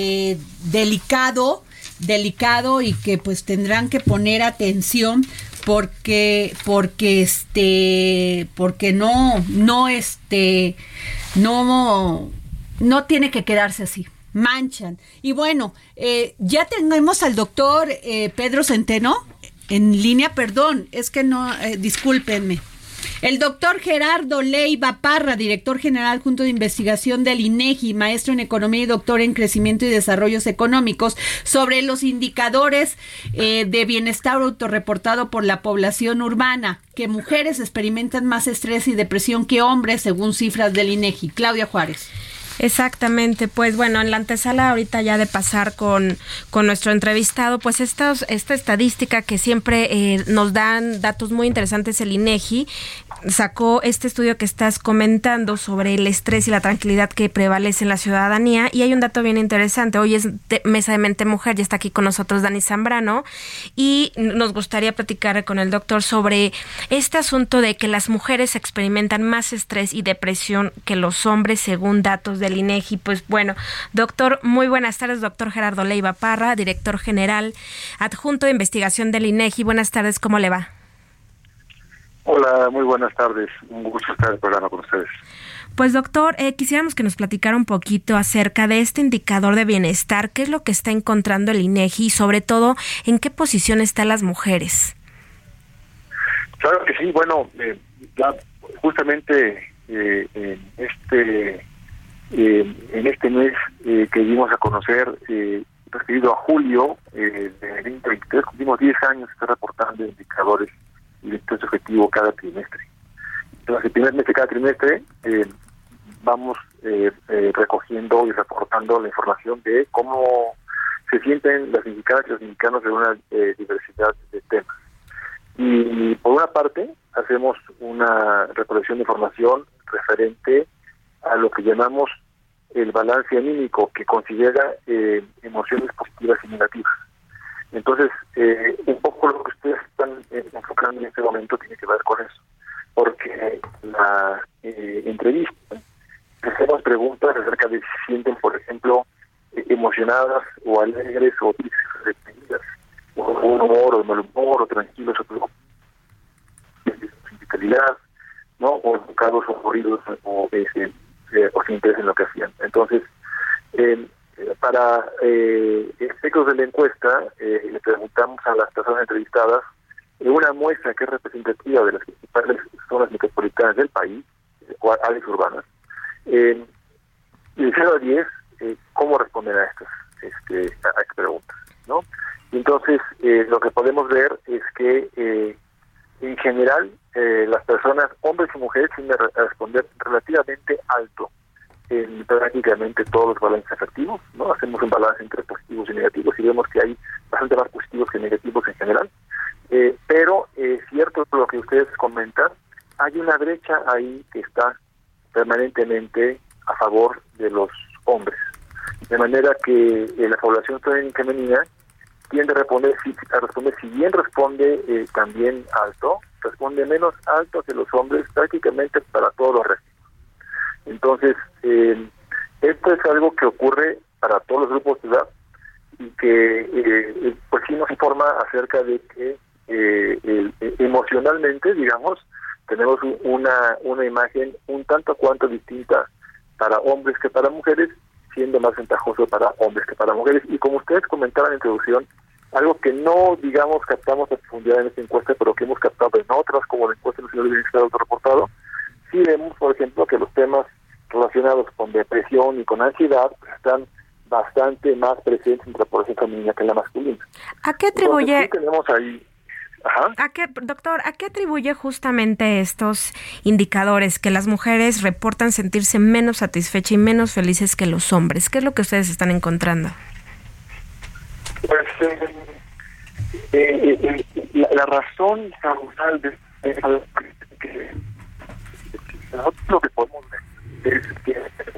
delicado y que pues tendrán que poner atención porque no tiene que quedarse así. Manchan. Y bueno, ya tenemos al doctor Pedro Centeno en línea, perdón, es que no, discúlpenme. El doctor Gerardo Leiva Parra, director general adjunto de investigación del INEGI, maestro en economía y doctor en crecimiento y desarrollos económicos, sobre los indicadores de bienestar autorreportado por la población urbana, que mujeres experimentan más estrés y depresión que hombres, según cifras del INEGI. Claudia Juárez. Exactamente, pues bueno, en la antesala ahorita ya de pasar con nuestro entrevistado, pues esta estadística que siempre nos dan datos muy interesantes, el INEGI sacó este estudio que estás comentando sobre el estrés y la tranquilidad que prevalece en la ciudadanía, y hay un dato bien interesante. Hoy es Mesa de Mente Mujer, ya está aquí con nosotros Dani Zambrano, y nos gustaría platicar con el doctor sobre este asunto de que las mujeres experimentan más estrés y depresión que los hombres, según datos del INEGI. Pues bueno, doctor, muy buenas tardes, doctor Gerardo Leiva Parra, director general adjunto de investigación del INEGI. Buenas tardes, ¿cómo le va? Hola, muy buenas tardes. Un gusto estar en el programa con ustedes. Pues doctor, quisiéramos que nos platicara un poquito acerca de este indicador de bienestar, qué es lo que está encontrando el INEGI y sobre todo, ¿en qué posición están las mujeres? Claro que sí, bueno, ya justamente en este mes que dimos a conocer, referido a julio de 2023, cumplimos 10 años de estar reportando indicadores y de este objetivo cada trimestre. Entonces, el primer mes de cada trimestre vamos recogiendo y reportando la información de cómo se sienten las mexicanas y los mexicanos en una diversidad de temas. Y por una parte, hacemos una recolección de información referente a lo que llamamos el balance anímico, que considera emociones positivas y negativas. Entonces, un poco lo que ustedes están enfocando en este momento tiene que ver con eso. porque la entrevista hacemos preguntas acerca de si sienten, por ejemplo, emocionadas o alegres o tristes, deprimidas, o un humor o mal humor o tranquilos o sindicalidad, ¿no? O educados o aburridos o sin interés en lo que hacían. Entonces, para efectos de la encuesta, le preguntamos a las personas entrevistadas una muestra que es representativa de las principales zonas metropolitanas del país, áreas urbanas, de 0 a 10, cómo responden a estas preguntas, ¿no? Y entonces, lo que podemos ver es que, en general, las personas, hombres y mujeres, tienden a responder relativamente alto en prácticamente todos los balances afectivos, ¿no? Hacemos un balance entre positivos y negativos y vemos que hay bastante más positivos que negativos en general. Pero es cierto lo que ustedes comentan, hay una brecha ahí que está permanentemente a favor de los hombres. De manera que la población femenina tiende a responder, si bien responde también alto, responde menos alto que los hombres prácticamente para todos los restos. Entonces, esto es algo que ocurre para todos los grupos de edad y que pues sí nos informa acerca de que emocionalmente, digamos, tenemos una imagen un tanto cuanto distinta para hombres que para mujeres, siendo más ventajoso para hombres que para mujeres. Y como ustedes comentaban en la introducción, algo que no, digamos, captamos a profundidad en esta encuesta, pero que hemos captado en otras, como la encuesta nacional de bienestar autorreportado, sí vemos, por ejemplo, que los temas relacionados con depresión y con ansiedad están bastante más presentes entre la población femenina que en la masculina. ¿A qué atribuye? Entonces, sí tenemos ahí. Ajá. Doctor, ¿a qué atribuye justamente estos indicadores que las mujeres reportan sentirse menos satisfechas y menos felices que los hombres? ¿Qué es lo que ustedes están encontrando? Pues la razón causal de que nosotros lo que podemos ver es que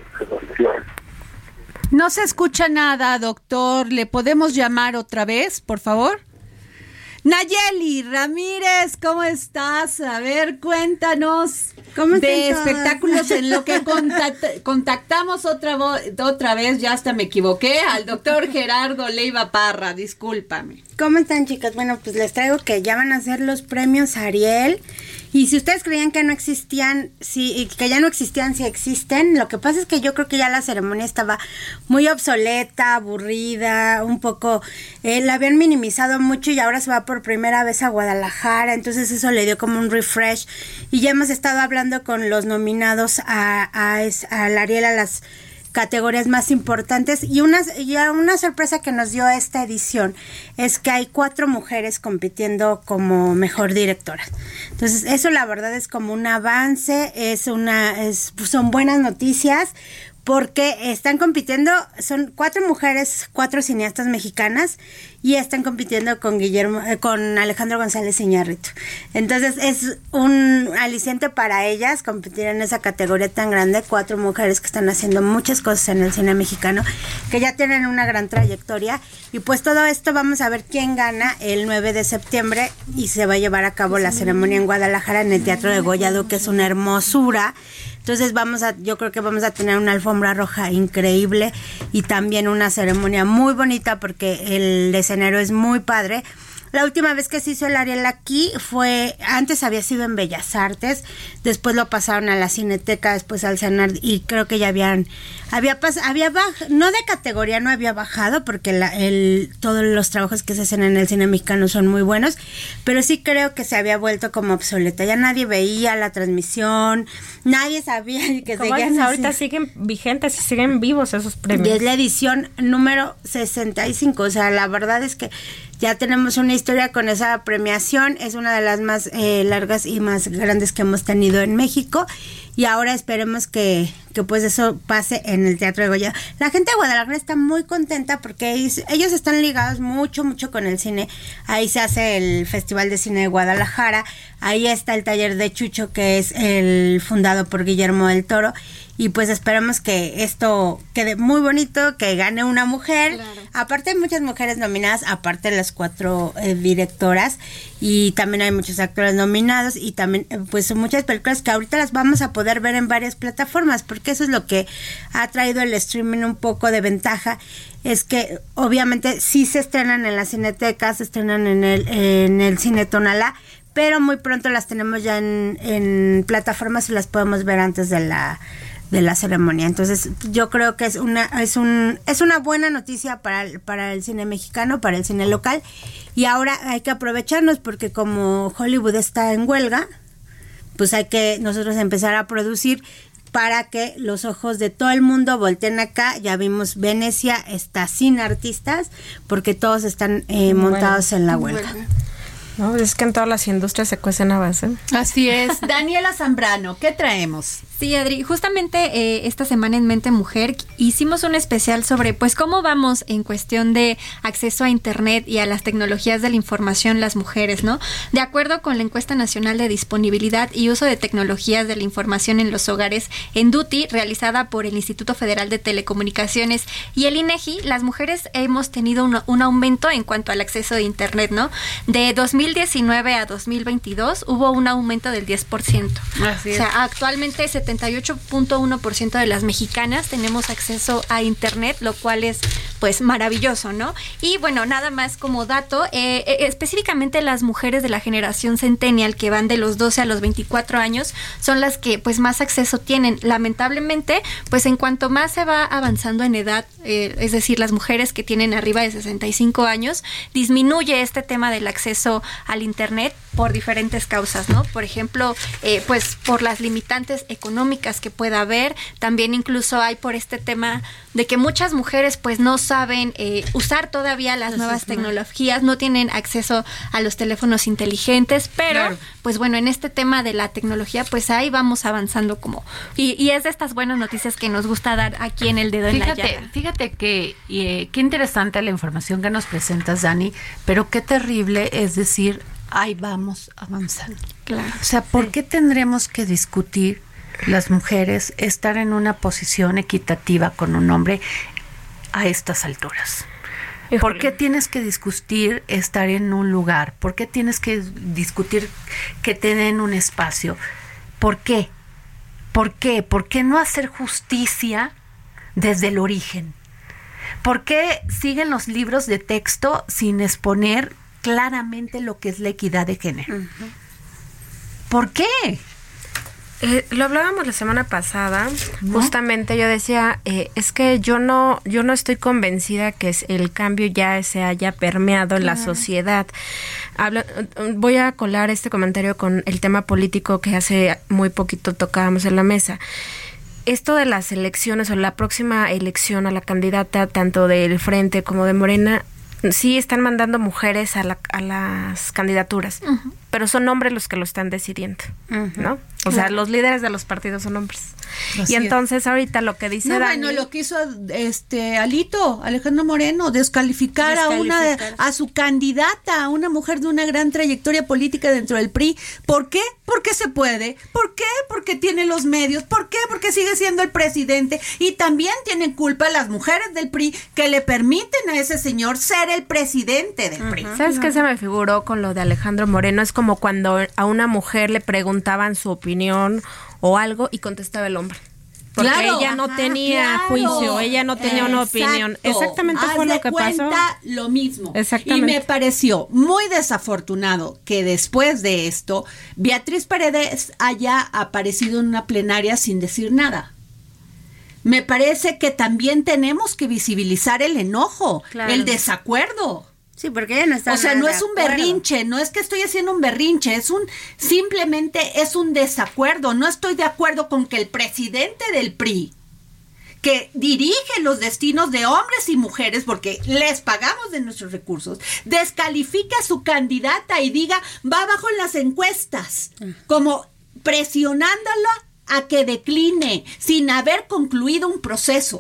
no se escucha nada, doctor. ¿Le podemos llamar otra vez, por favor? Nayeli Ramírez, ¿cómo estás? A ver, cuéntanos de espectáculos en lo que contactamos otra vez, ya hasta me equivoqué, al doctor Gerardo Leiva Parra, discúlpame. ¿Cómo están, chicas? Bueno, pues les traigo que ya van a ser los premios Ariel. Y si ustedes creían que no existían, que ya no existían, sí existen. Lo que pasa es que yo creo que ya la ceremonia estaba muy obsoleta, aburrida, un poco, la habían minimizado mucho y ahora se va por primera vez a Guadalajara, entonces eso le dio como un refresh. Y ya hemos estado hablando con los nominados al Ariel, a las categorías más importantes, y una sorpresa que nos dio esta edición es que hay 4 mujeres compitiendo como mejor directora. Entonces eso la verdad es como un avance, son buenas noticias porque están compitiendo, son 4 mujeres, 4 cineastas mexicanas, y están compitiendo con Alejandro González Iñárritu. Entonces es un aliciente para ellas competir en esa categoría tan grande, 4 mujeres que están haciendo muchas cosas en el cine mexicano, que ya tienen una gran trayectoria, y pues todo esto vamos a ver quién gana el 9 de septiembre, y se va a llevar a cabo la ceremonia en Guadalajara, en el Teatro de Goyado, que es una hermosura. Entonces yo creo que vamos a tener una alfombra roja increíble y también una ceremonia muy bonita porque el escenario es muy padre. La última vez que se hizo el Ariel aquí antes había sido en Bellas Artes, después lo pasaron a la Cineteca, después al CENAR, y creo que ya no de categoría, no había bajado porque todos los trabajos que se hacen en el cine mexicano son muy buenos, pero sí creo que se había vuelto como obsoleta, ya nadie veía la transmisión, nadie sabía que seguían. Ahorita siguen vigentes y siguen vivos esos premios. Y es la edición número 65, o sea, la verdad es que ya tenemos una historia con esa premiación, es una de las más largas y más grandes que hemos tenido en México, y ahora esperemos que pues eso pase en el Teatro de Goya. La gente de Guadalajara está muy contenta porque ellos están ligados mucho con el cine. Ahí se hace el Festival de Cine de Guadalajara, ahí está el taller de Chucho, que es el fundado por Guillermo del Toro, y pues esperamos que esto quede muy bonito, que gane una mujer. Claro. Aparte hay muchas mujeres nominadas, aparte de las 4 directoras, y también hay muchos actores nominados, y también pues muchas películas que ahorita las vamos a poder ver en varias plataformas, porque eso es lo que ha traído el streaming un poco de ventaja, es que obviamente sí se estrenan en la Cineteca, se estrenan en el Cine Tonalá, pero muy pronto las tenemos ya en plataformas y las podemos ver antes de la ceremonia. Entonces yo creo que es una buena noticia para el cine mexicano, para el cine local, y ahora hay que aprovecharnos, porque como Hollywood está en huelga, pues hay que nosotros empezar a producir para que los ojos de todo el mundo volteen acá. Ya vimos Venecia está sin artistas porque todos están montados en la huelga. No, es que en todas las industrias se cuecen habas, ¿eh? Así es. Daniela Zambrano, ¿qué traemos? Sí, Adri, justamente esta semana en Mente Mujer hicimos un especial sobre pues cómo vamos en cuestión de acceso a internet y a las tecnologías de la información las mujeres, ¿no? De acuerdo con la encuesta nacional de disponibilidad y uso de tecnologías de la información en los hogares, ENDUTI, realizada por el Instituto Federal de Telecomunicaciones y el INEGI, las mujeres hemos tenido un aumento en cuanto al acceso de internet, ¿no? De 2019 a 2022 hubo un aumento del 10%. Así es. O sea, actualmente 78.1% de las mexicanas tenemos acceso a internet, lo cual es pues maravilloso, ¿no? Y bueno, nada más como dato, específicamente las mujeres de la generación centennial que van de los 12 a los 24 años son las que pues más acceso tienen. Lamentablemente, pues en cuanto más se va avanzando en edad, es decir, las mujeres que tienen arriba de 65 años, disminuye este tema del acceso al internet por diferentes causas, ¿no? Por ejemplo, pues por las limitantes económicas que pueda haber, también incluso hay por este tema de que muchas mujeres pues no saben usar todavía las nuevas tecnologías, no tienen acceso a los teléfonos inteligentes, pero claro, pues bueno, en este tema de la tecnología pues ahí vamos avanzando como, y es de estas buenas noticias que nos gusta dar aquí en El Dedo en la Llaga. Fíjate que qué interesante la información que nos presentas, Dani, pero qué terrible es decir, ahí vamos avanzando. Claro. O sea, ¿por qué tendremos que discutir las mujeres estar en una posición equitativa con un hombre a estas alturas? ¿Por qué tienes que discutir estar en un lugar? ¿Por qué tienes que discutir que te den un espacio? ¿Por qué? ¿Por qué? ¿Por qué no hacer justicia desde el origen? ¿Por qué siguen los libros de texto sin exponer claramente lo que es la equidad de género? Uh-huh. ¿Por qué? Lo hablábamos la semana pasada, ¿no? Justamente yo decía, es que yo no estoy convencida que el cambio ya se haya permeado en la sociedad. Voy a colar este comentario con el tema político que hace muy poquito tocábamos en la mesa. Esto de las elecciones o la próxima elección a la candidata tanto del Frente como de Morena, sí están mandando mujeres a las candidaturas, uh-huh, pero son hombres los que lo están decidiendo, uh-huh, ¿no? O sea, los líderes de los partidos son hombres. Así y entonces es. Ahorita lo que dice Dani, bueno, lo que hizo Alejandro Moreno, descalificar a su candidata, a una mujer de una gran trayectoria política dentro del PRI. ¿Por qué? Porque se puede. ¿Por qué? Porque tiene los medios. ¿Por qué? Porque sigue siendo el presidente. Y también tienen culpa las mujeres del PRI que le permiten a ese señor ser el presidente del PRI. ¿Sabes qué se me figuró con lo de Alejandro Moreno? Es como cuando a una mujer le preguntaban su opinión o algo y contestaba el hombre. Porque claro, ella no tenía juicio, ella no tenía una opinión. Exactamente fue lo que pasó. Lo mismo. Exactamente. Y me pareció muy desafortunado que después de esto Beatriz Paredes haya aparecido en una plenaria sin decir nada. Me parece que también tenemos que visibilizar el enojo, claro, el desacuerdo. Sí, porque ella no está. O sea, no es un berrinche, no es que estoy haciendo un berrinche, simplemente es un desacuerdo. No estoy de acuerdo con que el presidente del PRI, que dirige los destinos de hombres y mujeres, porque les pagamos de nuestros recursos, descalifique a su candidata y diga, va abajo en las encuestas, como presionándola a que decline, sin haber concluido un proceso.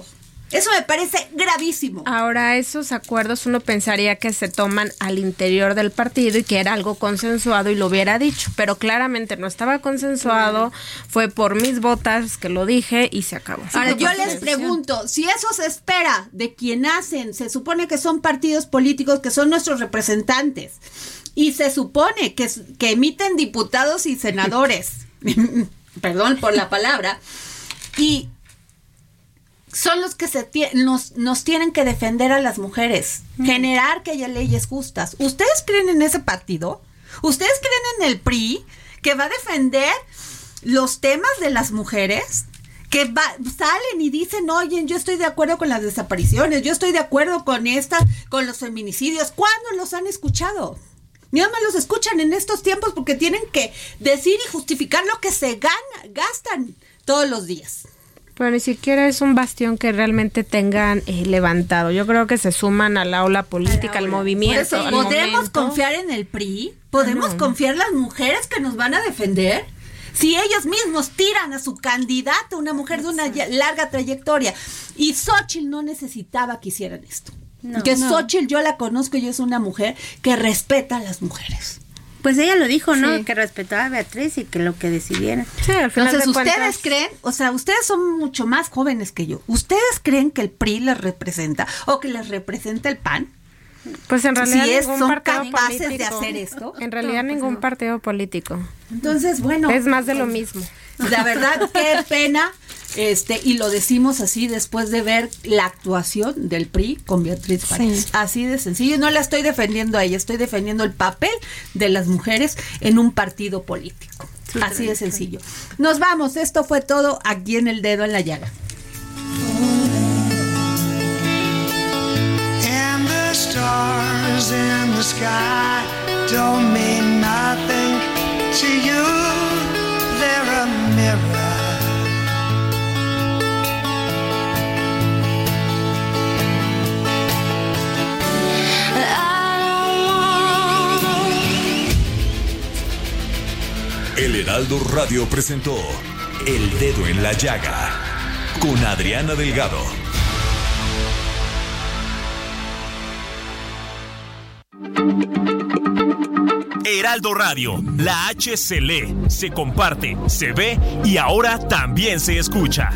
Eso me parece gravísimo. Ahora, esos acuerdos uno pensaría que se toman al interior del partido y que era algo consensuado y lo hubiera dicho, pero claramente no estaba consensuado, fue por mis botas que lo dije y se acabó. Ahora, yo les pregunto, si eso se espera de quien hacen, se supone que son partidos políticos que son nuestros representantes y se supone que emiten diputados y senadores, perdón por la palabra, y son los que nos tienen que defender a las mujeres, generar que haya leyes justas. ¿Ustedes creen en ese partido? ¿Ustedes creen en el PRI que va a defender los temas de las mujeres? Que salen y dicen, oye, yo estoy de acuerdo con las desapariciones, yo estoy de acuerdo con los feminicidios. ¿Cuándo los han escuchado? Ni más los escuchan en estos tiempos porque tienen que decir y justificar lo que se gastan todos los días. Pero ni siquiera es un bastión que realmente tengan levantado. Yo creo que se suman a la ola política, al movimiento. ¿Podemos confiar en el PRI? ¿Podemos confiar en las mujeres que nos van a defender? Si ellos mismos tiran a su candidata, una mujer de una larga trayectoria, y Xóchitl no necesitaba que hicieran esto. Xóchitl, yo la conozco y es una mujer que respeta a las mujeres. Pues ella lo dijo, ¿no? Sí. Que respetaba a Beatriz y que lo que decidiera. Sí, al final entonces, ¿ustedes creen? O sea, ustedes son mucho más jóvenes que yo. ¿Ustedes creen que el PRI les representa o que les representa el PAN? Pues en realidad son capaces político. De hacer esto. En realidad ningún partido político. Entonces, bueno. Es más de lo mismo. La verdad, qué pena. Y lo decimos así después de ver la actuación del PRI con Beatriz Paredes. Sí. Así de sencillo. No la estoy defendiendo a ella, estoy defendiendo el papel de las mujeres en un partido político. Sí, así de sencillo. Nos vamos. Esto fue todo aquí en El Dedo en la Llaga. And the stars in the sky don't mean nothing to you. They're a mirror. El Heraldo Radio presentó El Dedo en la Llaga con Adriana Delgado. Heraldo Radio, la H se lee, se comparte, se ve y ahora también se escucha.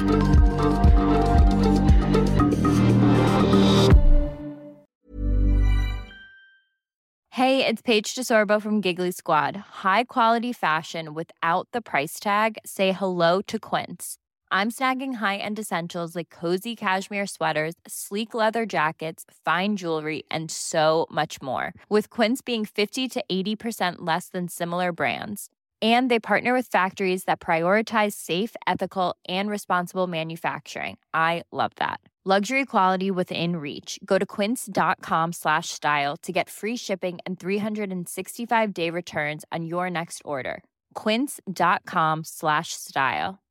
Hey, it's Paige DeSorbo from Giggly Squad. High quality fashion without the price tag. Say hello to Quince. I'm snagging high-end essentials like cozy cashmere sweaters, sleek leather jackets, fine jewelry, and so much more. With Quince being 50 to 80% less than similar brands. And they partner with factories that prioritize safe, ethical, and responsible manufacturing. I love that. Luxury quality within reach. Go to quince.com/style to get free shipping and 365-day returns on your next order. Quince.com/style.